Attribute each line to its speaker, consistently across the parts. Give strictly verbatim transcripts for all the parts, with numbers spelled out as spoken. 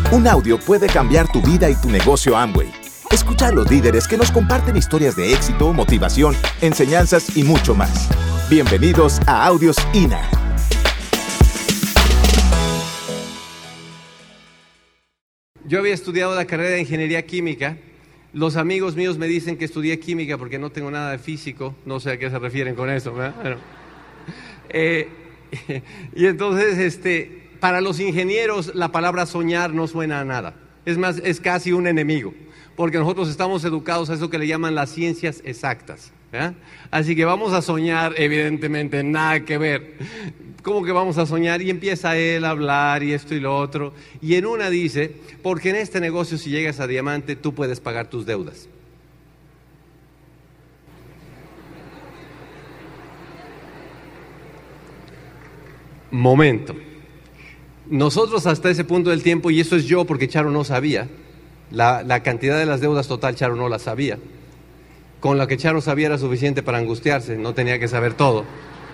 Speaker 1: Un audio puede cambiar tu vida y tu negocio Amway. Escucha a los líderes que nos comparten historias de éxito, motivación, enseñanzas y mucho más. Bienvenidos a Audios I N A.
Speaker 2: Yo había estudiado la carrera de Ingeniería Química. Los amigos míos me dicen que estudié Química porque no tengo nada de físico. No sé a qué se refieren con eso, ¿verdad? Bueno. Eh, y entonces, este... para los ingenieros, la palabra soñar no suena a nada. Es más, es casi un enemigo, porque nosotros estamos educados a eso que le llaman las ciencias exactas, ¿eh? Así que vamos a soñar, evidentemente, nada que ver. ¿Cómo que vamos a soñar? Y empieza él a hablar y esto y lo otro. Y en una dice, porque en este negocio, si llegas a diamante, tú puedes pagar tus deudas. Momento. Nosotros hasta ese punto del tiempo, y eso es yo porque Charo no sabía, la, la cantidad de las deudas total Charo no la sabía. Con la que Charo sabía era suficiente para angustiarse, no tenía que saber todo.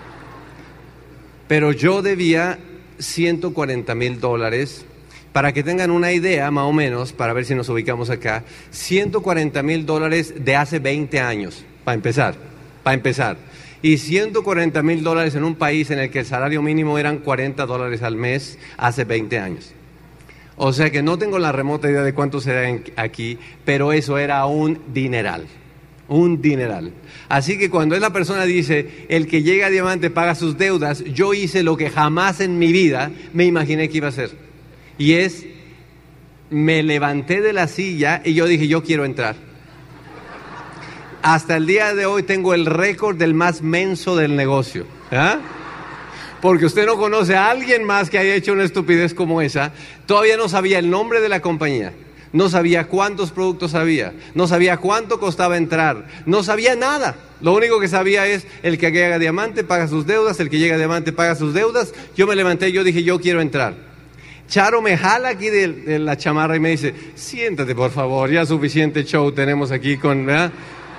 Speaker 2: Pero yo debía ciento cuarenta mil dólares, para que tengan una idea más o menos, para ver si nos ubicamos acá, ciento cuarenta mil dólares de hace veinte años, para empezar, para empezar. Y ciento cuarenta mil dólares en un país en el que el salario mínimo eran cuarenta dólares al mes hace veinte años. O sea que no tengo la remota idea de cuánto será en, aquí, pero eso era un dineral, un dineral. Así que cuando esa persona dice, el que llega a diamante paga sus deudas, yo hice lo que jamás en mi vida me imaginé que iba a hacer. Y es, me levanté de la silla y yo dije, yo quiero entrar. Hasta el día de hoy tengo el récord del más menso del negocio, ¿eh? Porque usted no conoce a alguien más que haya hecho una estupidez como esa. Todavía no sabía el nombre de la compañía, no sabía cuántos productos había, no sabía cuánto costaba entrar, no sabía nada. Lo único que sabía es, el que llega a diamante paga sus deudas, el que llega a diamante paga sus deudas. Yo me levanté y yo dije, yo quiero entrar. Charo me jala aquí de, de la chamarra y me dice, siéntate por favor, ya suficiente show tenemos aquí con... ¿verdad?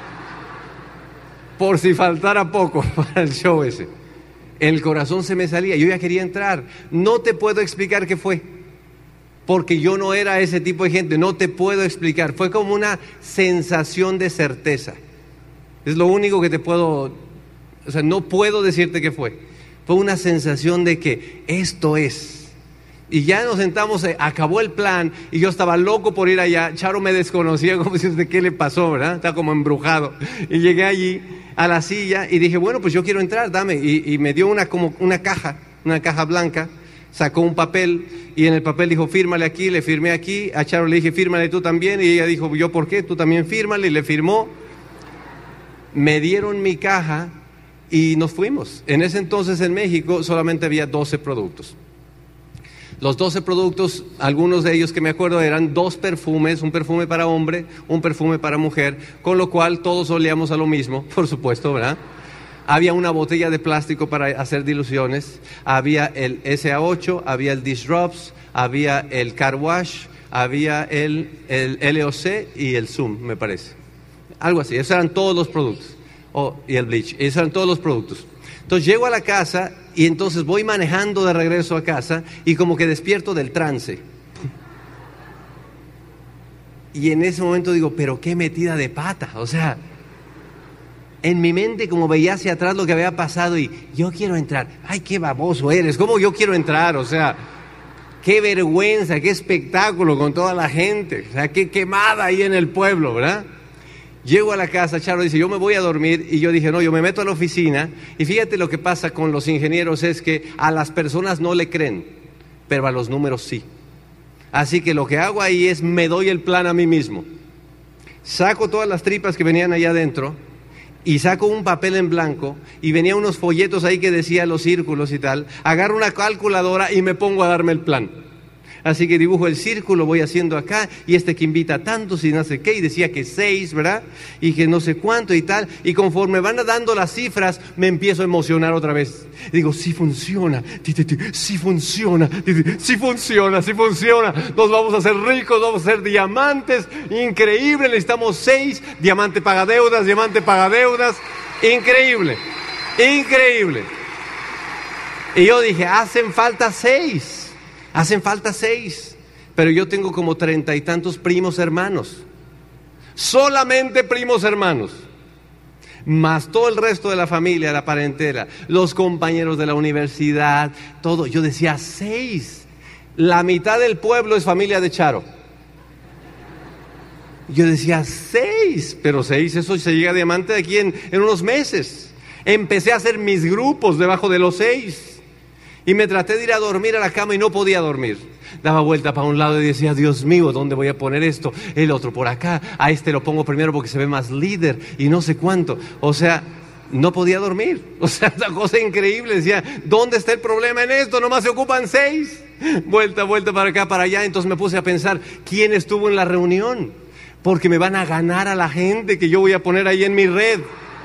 Speaker 2: Por si faltara poco para el show ese. El corazón se me salía, yo ya quería entrar. No te puedo explicar qué fue, porque yo no era ese tipo de gente, no te puedo explicar. Fue como una sensación de certeza. Es lo único que te puedo, o sea, no puedo decirte qué fue. Fue una sensación de que esto es. Y ya nos sentamos, eh, acabó el plan y yo estaba loco por ir allá. Charo me desconocía, como si de qué le pasó, ¿verdad? Estaba como embrujado. Y llegué allí a la silla y dije, bueno, pues yo quiero entrar, dame. Y, y me dio una, como una caja, una caja blanca, sacó un papel y en el papel dijo, fírmale aquí, le firmé aquí. A Charo le dije, fírmale tú también. Y ella dijo, ¿yo por qué? Tú también fírmale. Y le firmó. Me dieron mi caja y nos fuimos. En ese entonces en México solamente había doce productos. Los doce productos, algunos de ellos que me acuerdo eran dos perfumes, un perfume para hombre, un perfume para mujer, con lo cual todos olíamos a lo mismo, por supuesto, ¿verdad? Había una botella de plástico para hacer diluciones, había el S A ocho, había el Disrupts, había el Car Wash, había el, el L O C y el Zoom, me parece. Algo así, esos eran todos los productos. Oh, y el bleach, esos eran todos los productos. Entonces llego a la casa y entonces voy manejando de regreso a casa y como que despierto del trance. Y en ese momento digo, pero qué metida de pata. O sea, en mi mente como veía hacia atrás lo que había pasado y yo quiero entrar. Ay, qué baboso eres, ¿cómo yo quiero entrar? O sea, qué vergüenza, qué espectáculo con toda la gente. O sea, qué quemada ahí en el pueblo, ¿verdad? Llego a la casa, Charo dice, yo me voy a dormir, y yo dije, no, yo me meto a la oficina, y fíjate lo que pasa con los ingenieros, es que a las personas no le creen, pero a los números sí. Así que lo que hago ahí es, me doy el plan a mí mismo. Saco todas las tripas que venían allá adentro, y saco un papel en blanco, y venía unos folletos ahí que decía los círculos y tal, agarro una calculadora y me pongo a darme el plan. Así que dibujo el círculo, voy haciendo acá, y este que invita a tantos y no sé qué, y decía que seis, ¿verdad? Y que no sé cuánto y tal, y conforme van dando las cifras, me empiezo a emocionar otra vez. Y digo, sí funciona, sí funciona, sí funciona, sí funciona, nos vamos a hacer ricos, vamos a ser diamantes, increíble, necesitamos seis, diamante paga deudas, diamante paga deudas, increíble, increíble. Y yo dije, hacen falta seis. Hacen falta seis. pero yo tengo como treinta y tantos primos hermanos. Solamente primos hermanos. Más todo el resto de la familia, la parentela, los compañeros de la universidad, todo. Yo decía, seis. La mitad del pueblo es familia de Charo. Yo decía, seis. Pero seis, eso se llega a diamante de aquí en, en unos meses. Empecé a hacer mis grupos debajo de los seis. Y me traté de ir a dormir a la cama y no podía dormir. Daba vuelta para un lado y decía, Dios mío, ¿dónde voy a poner esto? El otro por acá, a este lo pongo primero porque se ve más líder y no sé cuánto. O sea, no podía dormir. O sea, esa cosa increíble. Decía, ¿dónde está el problema en esto? Nomás se ocupan seis. Vuelta, vuelta para acá, para allá. Entonces me puse a pensar, ¿quién estuvo en la reunión? Porque me van a ganar a la gente que yo voy a poner ahí en mi red.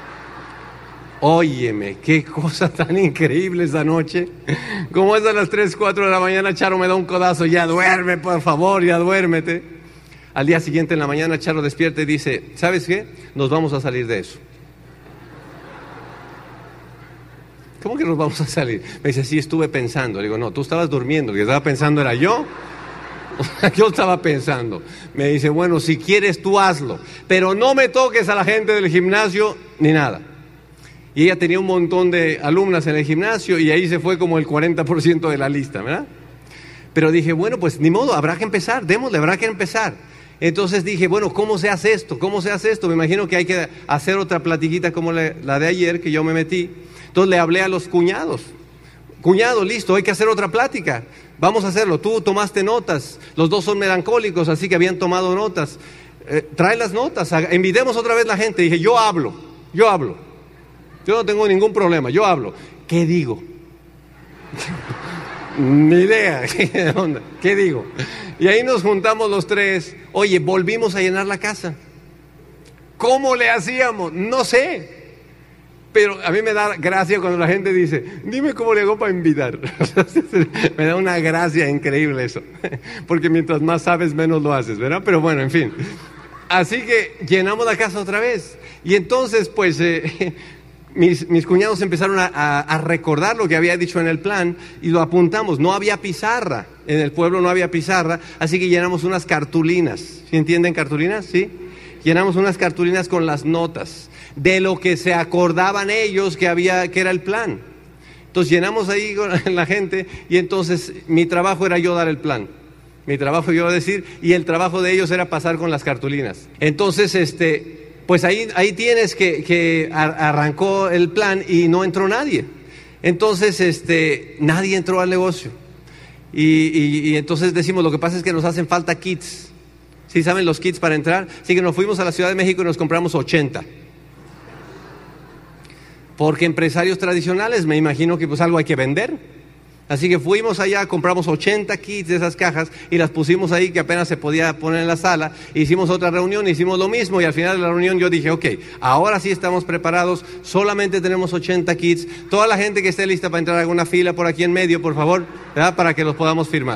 Speaker 2: Óyeme, qué cosa tan increíble esa noche. Como es a las tres, cuatro de la mañana, Charo me da un codazo. Ya duerme, por favor, ya duérmete. Al día siguiente en la mañana, Charo despierta y dice, ¿sabes qué? Nos vamos a salir de eso. ¿Cómo que nos vamos a salir? Me dice, sí, estuve pensando. Le digo, no, tú estabas durmiendo. El que estaba pensando era yo. Yo estaba pensando. Me dice, bueno, si quieres tú hazlo, pero no me toques a la gente del gimnasio ni nada. Y ella tenía un montón de alumnas en el gimnasio y ahí se fue como el cuarenta por ciento de la lista, ¿verdad? Pero dije, bueno, pues ni modo, habrá que empezar, démosle, habrá que empezar. Entonces dije, bueno, ¿cómo se hace esto? ¿Cómo se hace esto? Me imagino que hay que hacer otra platiquita como la, la de ayer que yo me metí. Entonces le hablé a los cuñados. Cuñado, listo, hay que hacer otra plática. Vamos a hacerlo. Tú tomaste notas. Los dos son melancólicos, así que habían tomado notas. Eh, trae las notas, invitemos otra vez la gente. Dije, yo hablo, yo hablo. Yo no tengo ningún problema, yo hablo. ¿Qué digo? Ni idea. ¿Qué onda? ¿Qué digo? Y ahí nos juntamos los tres. Oye, volvimos a llenar la casa. ¿Cómo le hacíamos? No sé. Pero a mí me da gracia cuando la gente dice, dime cómo le hago para invitar. Me da una gracia increíble eso. Porque mientras más sabes, menos lo haces, ¿verdad? Pero bueno, en fin. Así que llenamos la casa otra vez. Y entonces, pues... Eh, Mis, mis cuñados empezaron a, a, a recordar lo que había dicho en el plan y lo apuntamos. No había pizarra, en el pueblo no había pizarra, así que llenamos unas cartulinas. ¿Sí entienden cartulinas? Sí. Llenamos unas cartulinas con las notas de lo que se acordaban ellos que había, que era el plan. Entonces llenamos ahí con la gente y entonces mi trabajo era yo dar el plan. Mi trabajo yo decir y el trabajo de ellos era pasar con las cartulinas. Entonces, este... Pues ahí, ahí tienes que, que arrancó el plan y no entró nadie. Entonces, este, nadie entró al negocio. Y, y, y entonces decimos, lo que pasa es que nos hacen falta kits. ¿Sí saben los kits para entrar? Así que nos fuimos a la Ciudad de México y nos compramos ochenta. Porque empresarios tradicionales, me imagino que pues algo hay que vender. Así que fuimos allá, compramos ochenta kits de esas cajas y las pusimos ahí que apenas se podía poner en la sala. Hicimos otra reunión, hicimos lo mismo y al final de la reunión yo dije, ok, ahora sí estamos preparados, solamente tenemos ochenta kits. Toda la gente que esté lista para entrar a alguna fila por aquí en medio, por favor, ¿verdad? Para que los podamos firmar.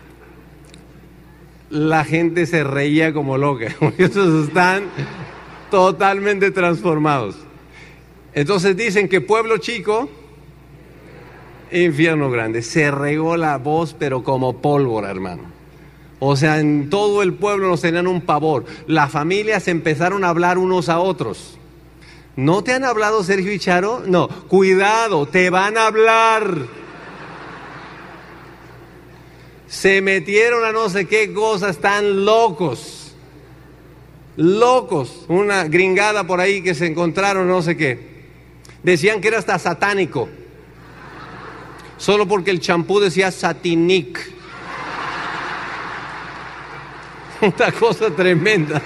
Speaker 2: La gente se reía como loca, estos están totalmente transformados. Entonces dicen que pueblo chico... infierno grande. Se regó la voz, pero como pólvora, hermano. O sea, en todo el pueblo nos tenían un pavor. Las familias empezaron a hablar unos a otros. ¿No te han hablado Sergio y Charo? No, cuidado, te van a hablar. Se metieron a no sé qué cosas, están locos. Locos. Una gringada por ahí que se encontraron, no sé qué. Decían que era hasta satánico. Solo porque el champú decía Satinic. Una cosa tremenda.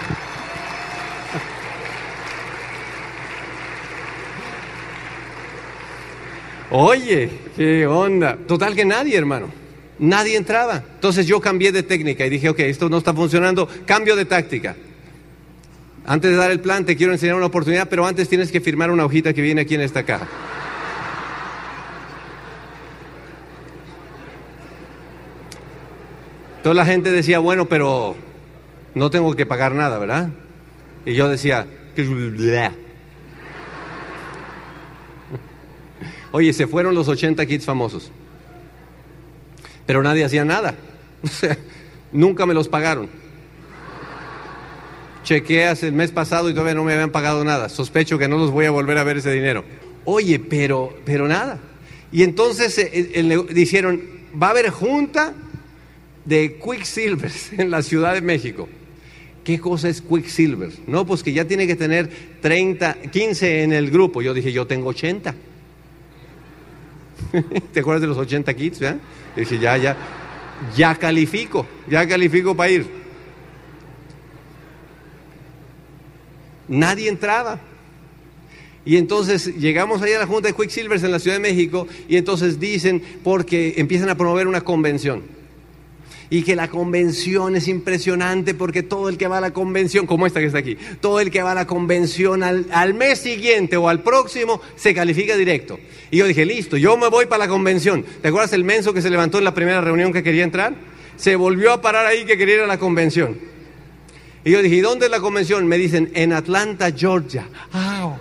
Speaker 2: Oye, qué onda. Total que nadie, hermano. Nadie entraba. Entonces yo cambié de técnica y dije, ok, esto no está funcionando. Cambio de táctica. Antes de dar el plan, te quiero enseñar una oportunidad, pero antes tienes que firmar una hojita que viene aquí en esta caja. Toda la gente decía, bueno, pero no tengo que pagar nada, ¿verdad? Y yo decía, oye, se fueron los ochenta kits famosos, pero nadie hacía nada. O sea, Nunca me los pagaron. Chequeé hace el mes pasado y todavía no me habían pagado nada. Sospecho que no los voy a volver a ver ese dinero. Oye, pero, pero nada. Y entonces eh, eh, dijeron, va a haber junta de Quicksilver en la Ciudad de México. ¿Qué cosa es Quicksilver? No, pues que ya tiene que tener treinta, quince en el grupo. Yo dije, yo tengo ochenta. ¿Te acuerdas de los ochenta kids? ¿verdad? Yo dije, ya, ya, ya califico, ya califico para ir. Nadie entraba. Y entonces llegamos ahí a la Junta de Quicksilver en la Ciudad de México y entonces dicen, porque empiezan a promover una convención. Y que la convención es impresionante porque todo el que va a la convención, como esta que está aquí, todo el que va a la convención al, al mes siguiente o al próximo se califica directo. Y yo dije, listo, yo me voy para la convención. ¿Te acuerdas el menso que se levantó en la primera reunión que quería entrar? Se volvió a parar ahí que quería ir a la convención. Y yo dije, ¿y dónde es la convención? Me dicen, en Atlanta, Georgia. ¡Ah!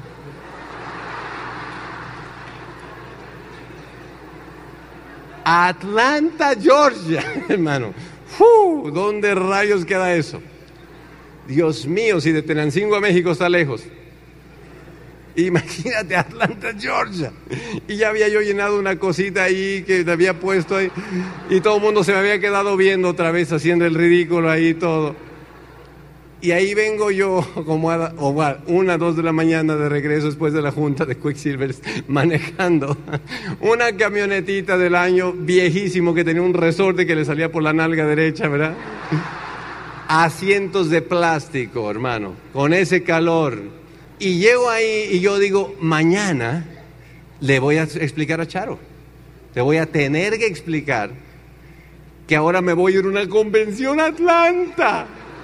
Speaker 2: Atlanta, Georgia, hermano. ¡Fu! ¿Dónde rayos queda eso? Dios mío, si de Tenancingo a México está lejos. Imagínate, Atlanta, Georgia. Y ya había yo llenado una cosita ahí que te había puesto ahí. Y todo el mundo se me había quedado viendo otra vez, haciendo el ridículo ahí todo. Y ahí vengo yo, como a una, dos de la mañana de regreso después de la junta de Quicksilver, manejando una camionetita del año viejísimo que tenía un resorte que le salía por la nalga derecha, ¿verdad? Asientos de plástico, hermano, con ese calor. Y llego ahí y yo digo, mañana le voy a explicar a Charo, le voy a tener que explicar que ahora me voy a ir a una convención a Atlanta.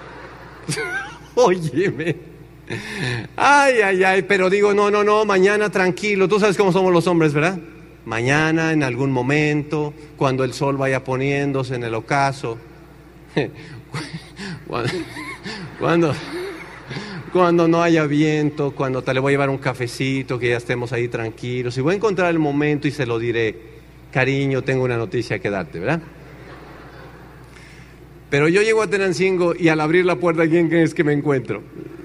Speaker 2: Óyeme. Ay, ay, ay, pero digo, no, no, no, mañana tranquilo. Tú sabes cómo somos los hombres, ¿verdad? Mañana, en algún momento, cuando el sol vaya poniéndose en el ocaso. Cuando, cuando, cuando no haya viento, cuando te le voy a llevar un cafecito, que ya estemos ahí tranquilos. Y voy a encontrar el momento y se lo diré. Cariño, tengo una noticia que darte, ¿verdad? Pero yo llego a Tenancingo y al abrir la puerta, ¿quién es que me encuentro?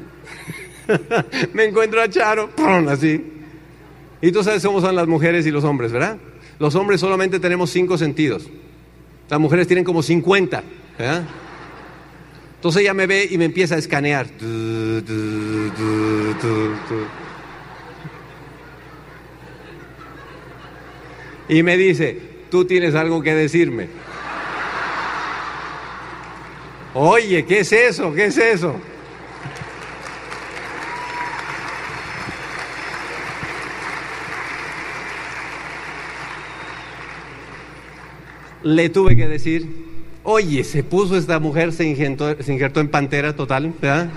Speaker 2: Me encuentro a Charo, ¡pum! Así. Y tú sabes cómo son las mujeres y los hombres, ¿verdad? Los hombres solamente tenemos cinco sentidos. Las mujeres tienen como cincuenta, ¿verdad? Entonces ella me ve y me empieza a escanear. Y me dice, tú tienes algo que decirme. Oye, ¿qué es eso? ¿Qué es eso? Le tuve que decir, oye, se puso esta mujer, se injertó, se injertó en pantera total, ¿verdad?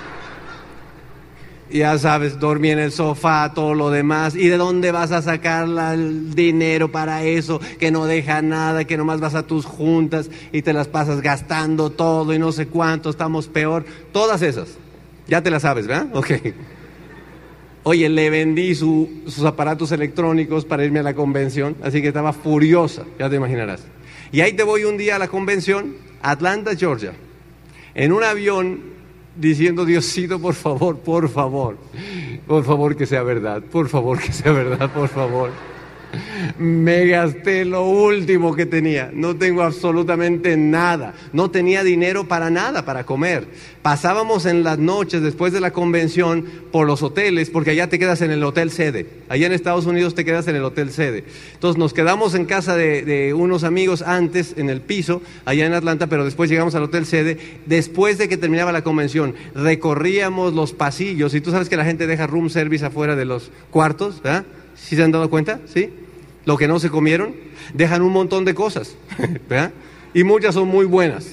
Speaker 2: Ya sabes, dormí en el sofá, todo lo demás. ¿Y de dónde vas a sacar la, el dinero para eso? Que no deja nada, que nomás vas a tus juntas y te las pasas gastando todo y no sé cuánto, estamos peor. Todas esas. Ya te las sabes, ¿verdad? Ok. Oye, le vendí su, sus aparatos electrónicos para irme a la convención, así que estaba furiosa, ya te imaginarás. Y ahí te voy un día a la convención, Atlanta, Georgia, en un avión, diciendo, Diosito, por favor, por favor, por favor que sea verdad, por favor que sea verdad, por favor. Me gasté lo último que tenía, no tengo absolutamente nada, no tenía dinero para nada, para comer. Pasábamos en las noches después de la convención por los hoteles, porque allá te quedas en el hotel sede, allá en Estados Unidos te quedas en el hotel sede. Entonces nos quedamos en casa de, de unos amigos antes, en el piso, allá en Atlanta, pero después llegamos al hotel sede, después de que terminaba la convención, recorríamos los pasillos, y tú sabes que la gente deja room service afuera de los cuartos, ¿verdad? ¿Sí se han dado cuenta? ¿Sí? Lo que no se comieron, dejan un montón de cosas, ¿verdad? Y muchas son muy buenas.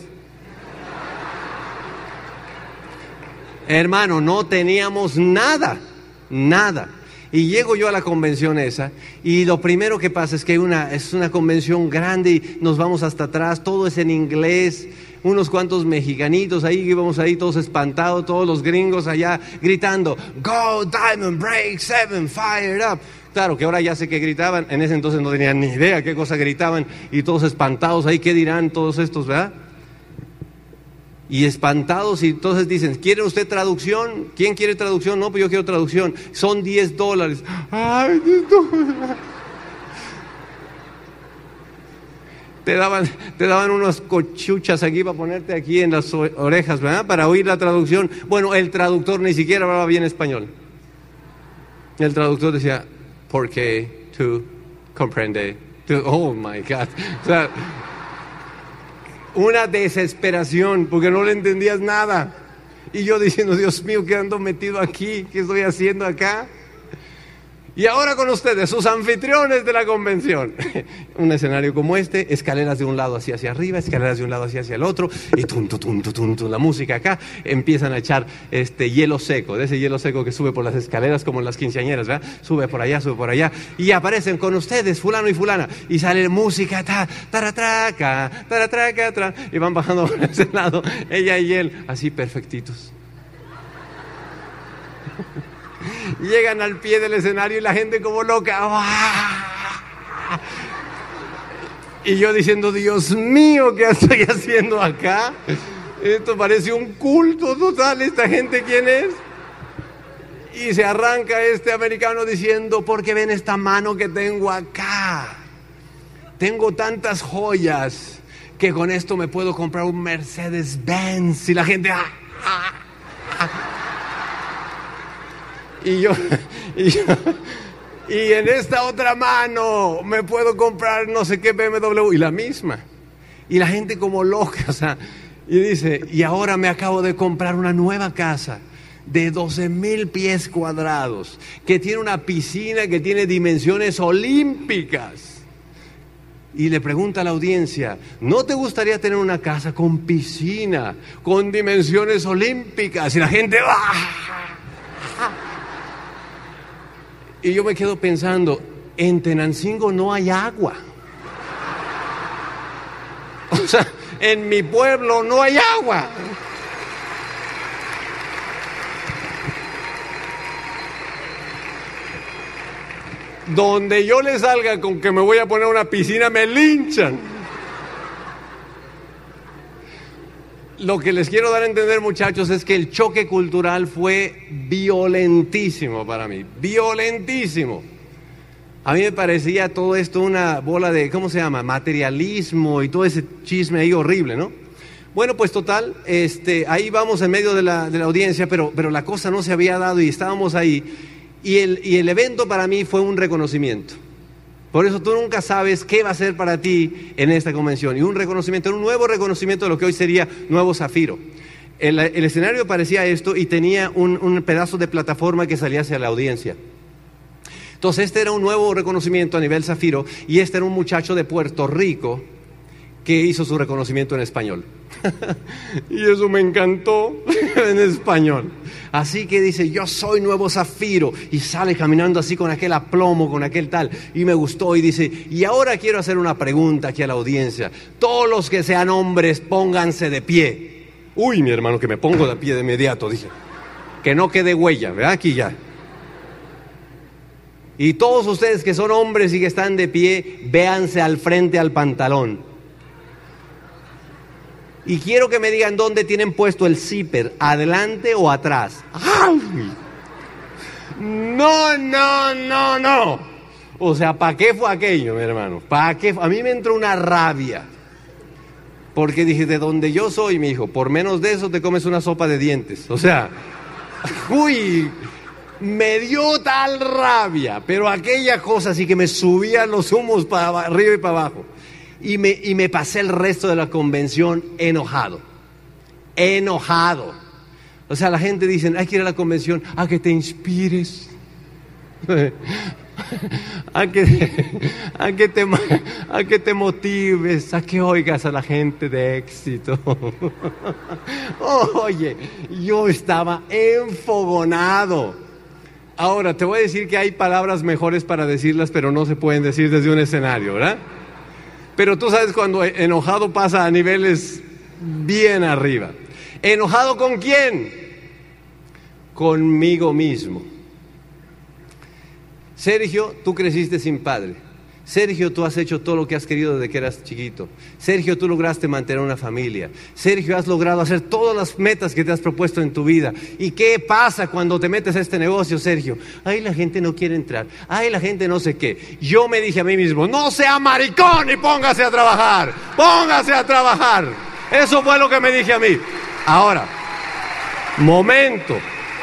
Speaker 2: Hermano, no teníamos nada, nada. Y llego yo a la convención esa, y lo primero que pasa es que hay una, es una convención grande y nos vamos hasta atrás, todo es en inglés, unos cuantos mexicanitos ahí, íbamos ahí todos espantados, todos los gringos allá gritando, Go Diamond Break Seven, Fire Up. Claro que ahora ya sé que gritaban, en ese entonces no tenían ni idea qué cosa gritaban, y todos espantados ahí, ¿qué dirán todos estos, verdad? Y espantados, y entonces dicen, ¿quiere usted traducción? ¿Quién quiere traducción? No, pues yo quiero traducción. Son diez dólares. Ay, diez dólares. Te daban, te daban unas cochuchas aquí para ponerte aquí en las orejas, ¿verdad? Para oír la traducción. Bueno, el traductor ni siquiera hablaba bien español. El traductor decía, porque tú comprende. Tú, oh my God. O sea, una desesperación porque no le entendías nada. Y yo diciendo, Dios mío, ¿qué ando metido aquí? ¿Qué estoy haciendo acá? Y ahora con ustedes, sus anfitriones de la convención. Un escenario como este, escaleras de un lado hacia hacia arriba, escaleras de un lado hacia hacia el otro, y tum, tum, tum, tum, tum, la música acá. Empiezan a echar este hielo seco, de ese hielo seco que sube por las escaleras como en las quinceañeras, ¿verdad? Sube por allá, sube por allá, y aparecen con ustedes, fulano y fulana, y sale música, ta, taratraca, taratraca, tra, y van bajando por ese lado, ella y él, así perfectitos. Llegan al pie del escenario y la gente como loca. Y yo diciendo, Dios mío, ¿qué estoy haciendo acá? Esto parece un culto total. ¿Esta gente quién es? Y se arranca este americano diciendo, porque ven esta mano que tengo acá. Tengo tantas joyas que con esto me puedo comprar un Mercedes-Benz. Y la gente... ¡ah! ¡ah! ¡ah! Y yo, y yo, y en esta otra mano me puedo comprar no sé qué B M W, y la misma. Y la gente como loca, o sea, y dice, y ahora me acabo de comprar una nueva casa de doce mil pies cuadrados, que tiene una piscina que tiene dimensiones olímpicas. Y le pregunta a la audiencia, ¿no te gustaría tener una casa con piscina, con dimensiones olímpicas? Y la gente va... Y yo me quedo pensando, en Tenancingo no hay agua. O sea, en mi pueblo no hay agua. Donde yo le salga con que me voy a poner una piscina, me linchan. Lo que les quiero dar a entender, muchachos, es que el choque cultural fue violentísimo para mí, violentísimo. A mí me parecía todo esto una bola de, ¿cómo se llama? Materialismo y todo ese chisme ahí horrible, ¿no? Bueno, pues total, este, ahí vamos en medio de la, de la audiencia, pero, pero la cosa no se había dado y estábamos ahí. Y el, y el evento para mí fue un reconocimiento. Por eso tú nunca sabes qué va a ser para ti en esta convención. Y un reconocimiento, un nuevo reconocimiento de lo que hoy sería Nuevo Zafiro. El, el escenario parecía esto y tenía un, un pedazo de plataforma que salía hacia la audiencia. Entonces este era un nuevo reconocimiento a nivel Zafiro y este era un muchacho de Puerto Rico que hizo su reconocimiento en español. Y eso me encantó en español. Así que dice, yo soy Nuevo Zafiro, y sale caminando así con aquel aplomo, con aquel tal, y me gustó, y dice, y ahora quiero hacer una pregunta aquí a la audiencia. Todos los que sean hombres, pónganse de pie. Uy, mi hermano, que me pongo de pie de inmediato, dije. Que no quede huella, ¿verdad? Aquí ya. Y todos ustedes que son hombres y que están de pie, véanse al frente al pantalón. Y quiero que me digan dónde tienen puesto el zipper, adelante o atrás. ¡Ay! No, no, no, no. O sea, ¿para qué fue aquello, mi hermano? ¿Para qué? A mí me entró una rabia. Porque dije, de donde yo soy, mi hijo, por menos de eso te comes una sopa de dientes. O sea, uy, me dio tal rabia. Pero aquella cosa así que me subía los humos para arriba y para abajo. Y me, y me pasé el resto de la convención enojado, enojado. O sea, la gente dice, hay que ir a la convención a que te inspires, a que, a que, te, a que te motives, a que oigas a la gente de éxito. Oye, yo estaba enfogonado. Ahora, te voy a decir que hay palabras mejores para decirlas, pero no se pueden decir desde un escenario, ¿verdad? Pero tú sabes cuando enojado pasa a niveles bien arriba. ¿Enojado con quién? Conmigo mismo. Sergio, tú creciste sin padre. Sergio, tú has hecho todo lo que has querido desde que eras chiquito. Sergio, tú lograste mantener una familia. Sergio, has logrado hacer todas las metas que te has propuesto en tu vida. ¿Y qué pasa cuando te metes a este negocio, Sergio? Ay, la gente no quiere entrar. Ay, la gente no sé qué. Yo me dije a mí mismo, no sea maricón y póngase a trabajar. Póngase a trabajar. Eso fue lo que me dije a mí. Ahora, momento.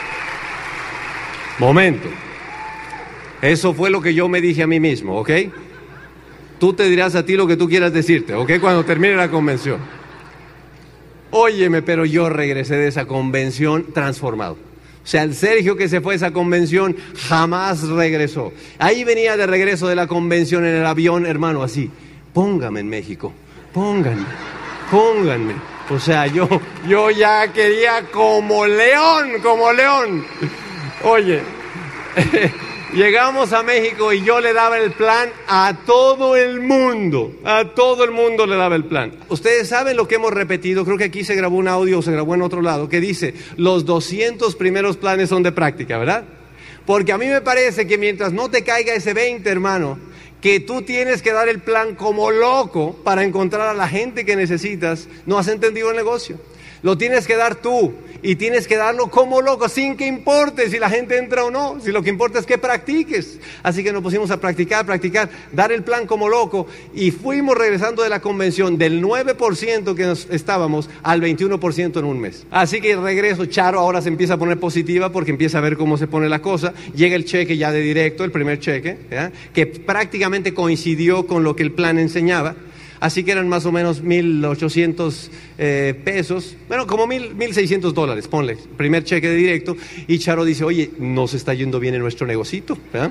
Speaker 2: Momento. Eso fue lo que yo me dije a mí mismo, ¿ok? Tú te dirás a ti lo que tú quieras decirte, ¿ok? Cuando termine la convención. Óyeme, pero yo regresé de esa convención transformado. O sea, el Sergio que se fue a esa convención jamás regresó. Ahí venía de regreso de la convención en el avión, hermano, así. Póngame en México, pónganme, pónganme. O sea, yo, yo ya quería como león, como león. Oye... Llegamos a México y yo le daba el plan a todo el mundo, a todo el mundo le daba el plan. Ustedes saben lo que hemos repetido, creo que aquí se grabó un audio o se grabó en otro lado, que dice, los doscientos primeros planes son de práctica, ¿verdad? Porque a mí me parece que mientras no te caiga ese veinte, hermano, que tú tienes que dar el plan como loco para encontrar a la gente que necesitas, no has entendido el negocio. Lo tienes que dar tú y tienes que darlo como loco, sin que importe si la gente entra o no, si lo que importa es que practiques. Así que nos pusimos a practicar, practicar, dar el plan como loco y fuimos regresando de la convención del nueve por ciento que nos estábamos al veintiuno por ciento en un mes. Así que regreso, Charo ahora se empieza a poner positiva porque empieza a ver cómo se pone la cosa. Llega el cheque ya de directo, el primer cheque, ¿ya? Que prácticamente coincidió con lo que el plan enseñaba. Así que eran más o menos mil ochocientos eh, pesos, bueno, como mil, mil seiscientos dólares, ponle, primer cheque de directo. Y Charo dice, oye, nos está yendo bien en nuestro negocito, ¿verdad?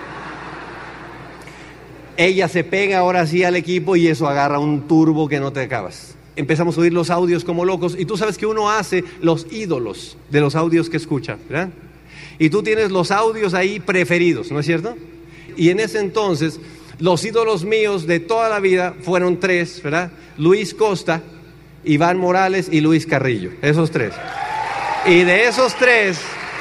Speaker 2: Ella se pega ahora sí al equipo y eso agarra un turbo que no te acabas. Empezamos a oír los audios como locos y tú sabes que uno hace los ídolos de los audios que escucha, ¿verdad? Y tú tienes los audios ahí preferidos, ¿no es cierto? Y en ese entonces... los ídolos míos de toda la vida fueron tres, ¿verdad? Luis Costa, Iván Morales y Luis Carrillo, esos tres. Y de esos tres,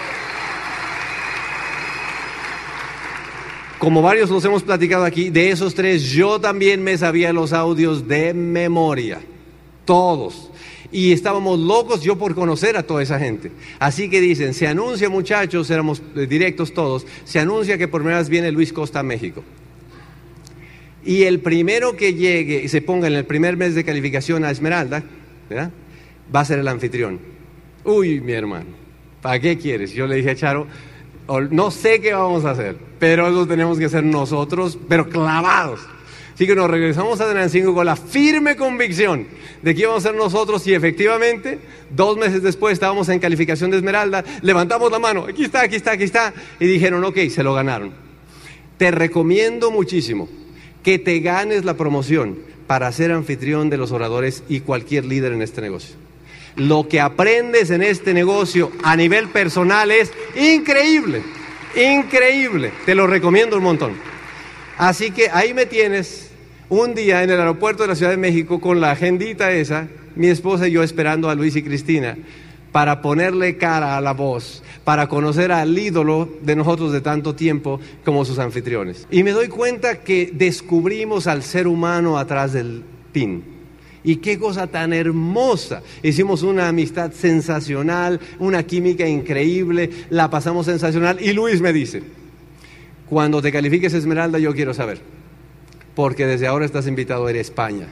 Speaker 2: como varios los hemos platicado aquí, de esos tres yo también me sabía los audios de memoria, todos. Y estábamos locos yo por conocer a toda esa gente. Así que dicen, se anuncia, muchachos, éramos directos todos, se anuncia que por primera vez viene Luis Costa a México. Y el primero que llegue y se ponga en el primer mes de calificación a Esmeralda, ¿verdad?, va a ser el anfitrión. Uy, mi hermano, ¿para qué quieres? Yo le dije a Charo, no sé qué vamos a hacer, pero eso tenemos que hacer nosotros, pero clavados. Así que nos regresamos a Tenancingo con la firme convicción de que íbamos a ser nosotros y efectivamente, dos meses después estábamos en calificación de Esmeralda, levantamos la mano, aquí está, aquí está, aquí está, y dijeron, ok, se lo ganaron. Te recomiendo muchísimo que te ganes la promoción para ser anfitrión de los oradores y cualquier líder en este negocio. Lo que aprendes en este negocio a nivel personal es increíble, increíble. Te lo recomiendo un montón. Así que ahí me tienes un día en el aeropuerto de la Ciudad de México con la agendita esa, mi esposa y yo esperando a Luis y Cristina para ponerle cara a la voz, para conocer al ídolo de nosotros de tanto tiempo como sus anfitriones. Y me doy cuenta que descubrimos al ser humano atrás del pin. Y qué cosa tan hermosa. Hicimos una amistad sensacional, una química increíble, la pasamos sensacional. Y Luis me dice, cuando te califiques Esmeralda yo quiero saber, porque desde ahora estás invitado a ir a España.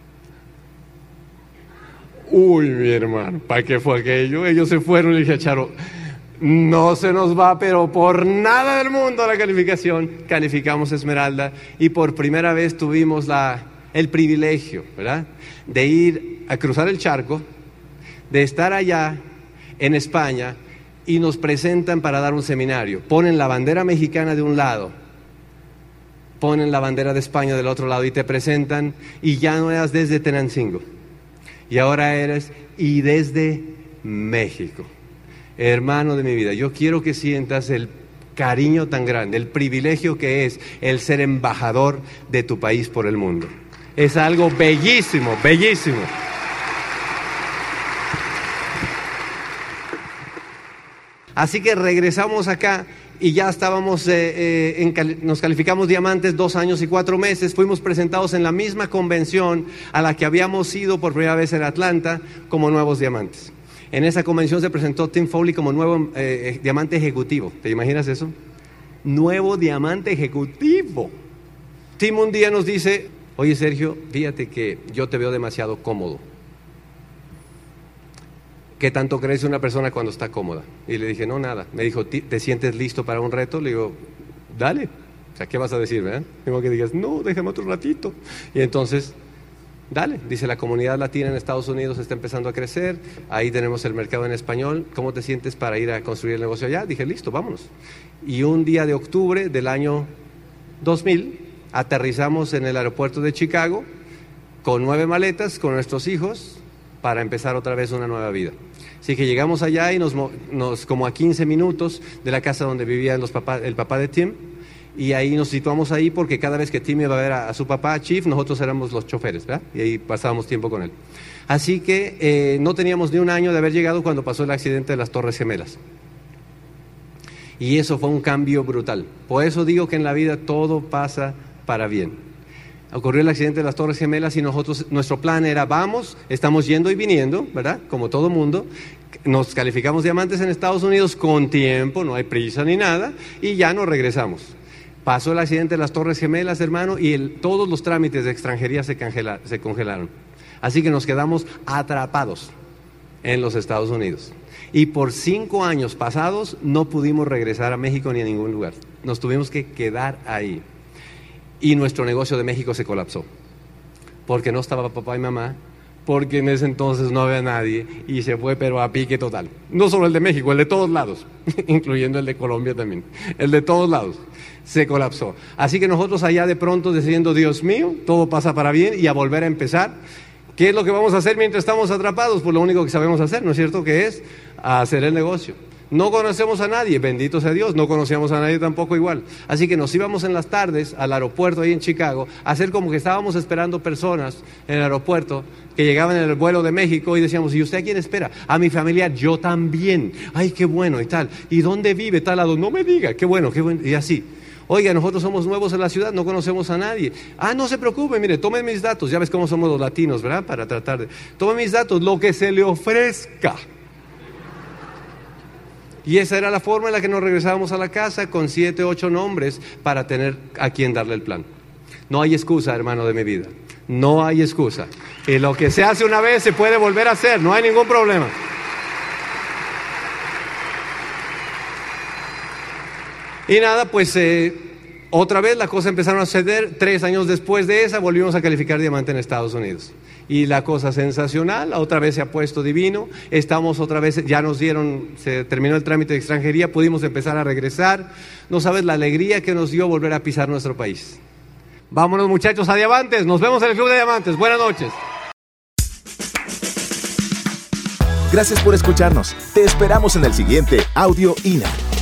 Speaker 2: Uy, mi hermano, ¿para qué fue aquello? Ellos se fueron y le dije a Charo, no se nos va, pero por nada del mundo a la calificación. Calificamos Esmeralda y por primera vez tuvimos la, el privilegio, ¿verdad?, de ir a cruzar el charco, de estar allá en España y nos presentan para dar un seminario. Ponen la bandera mexicana de un lado, ponen la bandera de España del otro lado y te presentan y ya no eras desde Tenancingo. Y ahora eres y desde México. Hermano de mi vida, yo quiero que sientas el cariño tan grande, el privilegio que es el ser embajador de tu país por el mundo. Es algo bellísimo, bellísimo. Así que regresamos acá y ya estábamos, eh, eh, en cali- nos calificamos diamantes dos años y cuatro meses. Fuimos presentados en la misma convención a la que habíamos ido por primera vez en Atlanta como nuevos diamantes. En esa convención se presentó Tim Foley como nuevo eh, diamante ejecutivo. ¿Te imaginas eso? Nuevo diamante ejecutivo. Tim un día nos dice: oye Sergio, fíjate que yo te veo demasiado cómodo. ¿Qué tanto crece una persona cuando está cómoda? Y le dije: no, nada. Me dijo: ¿te sientes listo para un reto? Le digo: dale. O sea, ¿qué vas a decir, verdad? Tengo que digas: no, déjame otro ratito. Y entonces, dale. Dice: la comunidad latina en Estados Unidos está empezando a crecer. Ahí tenemos el mercado en español. ¿Cómo te sientes para ir a construir el negocio allá? Dije: listo, vámonos. Y un día de octubre del año dos mil, aterrizamos en el aeropuerto de Chicago con nueve maletas, con nuestros hijos, para empezar otra vez una nueva vida. Así que llegamos allá y nos, nos como a quince minutos de la casa donde vivía los papá, el papá de Tim, y ahí nos situamos ahí porque cada vez que Tim iba a ver a, a su papá, a Chief, nosotros éramos los choferes, ¿verdad? Y ahí pasábamos tiempo con él. Así que eh, no teníamos ni un año de haber llegado cuando pasó el accidente de las Torres Gemelas. Y eso fue un cambio brutal. Por eso digo que en la vida todo pasa para bien. Ocurrió el accidente de las Torres Gemelas y nosotros, nuestro plan era: vamos, estamos yendo y viniendo, ¿verdad? Como todo mundo. Nos calificamos diamantes en Estados Unidos con tiempo, no hay prisa ni nada, y ya nos regresamos. Pasó el accidente de las Torres Gemelas, hermano, y el, todos los trámites de extranjería se, congela, se congelaron. Así que nos quedamos atrapados en los Estados Unidos. Y por cinco años pasados no pudimos regresar a México ni a ningún lugar. Nos tuvimos que quedar ahí. Y nuestro negocio de México se colapsó, porque no estaba papá y mamá, porque en ese entonces no había nadie, y se fue pero a pique total. No solo el de México, el de todos lados, incluyendo el de Colombia también, el de todos lados, se colapsó. Así que nosotros allá de pronto diciendo: Dios mío, todo pasa para bien, y a volver a empezar. ¿Qué es lo que vamos a hacer mientras estamos atrapados? Pues lo único que sabemos hacer, ¿no es cierto? Que es hacer el negocio. No conocemos a nadie, bendito sea Dios, no conocíamos a nadie tampoco igual. Así que nos íbamos en las tardes al aeropuerto ahí en Chicago a hacer como que estábamos esperando personas en el aeropuerto que llegaban en el vuelo de México, y decíamos: ¿y usted a quién espera? A mi familiar. Yo también. Ay, qué bueno y tal. ¿Y dónde vive tal lado? No me diga. Qué bueno, qué bueno. Y así. Oiga, nosotros somos nuevos en la ciudad, no conocemos a nadie. Ah, no se preocupe, mire, tome mis datos. Ya ves cómo somos los latinos, ¿verdad? Para tratar de... Tome mis datos, lo que se le ofrezca. Y esa era la forma en la que nos regresábamos a la casa, con siete, ocho nombres, para tener a quien darle el plan. No hay excusa, hermano de mi vida. No hay excusa. Y lo que se hace una vez se puede volver a hacer, no hay ningún problema. Y nada, pues eh, otra vez las cosas empezaron a suceder. Tres años después de esa volvimos a calificar diamante en Estados Unidos. Y la cosa sensacional, otra vez se ha puesto divino. Estamos otra vez, ya nos dieron, se terminó el trámite de extranjería, pudimos empezar a regresar. No sabes la alegría que nos dio volver a pisar nuestro país. Vámonos, muchachos, a Diamantes. Nos vemos en el Club de Diamantes. Buenas noches.
Speaker 1: Gracias por escucharnos. Te esperamos en el siguiente Audio I N A.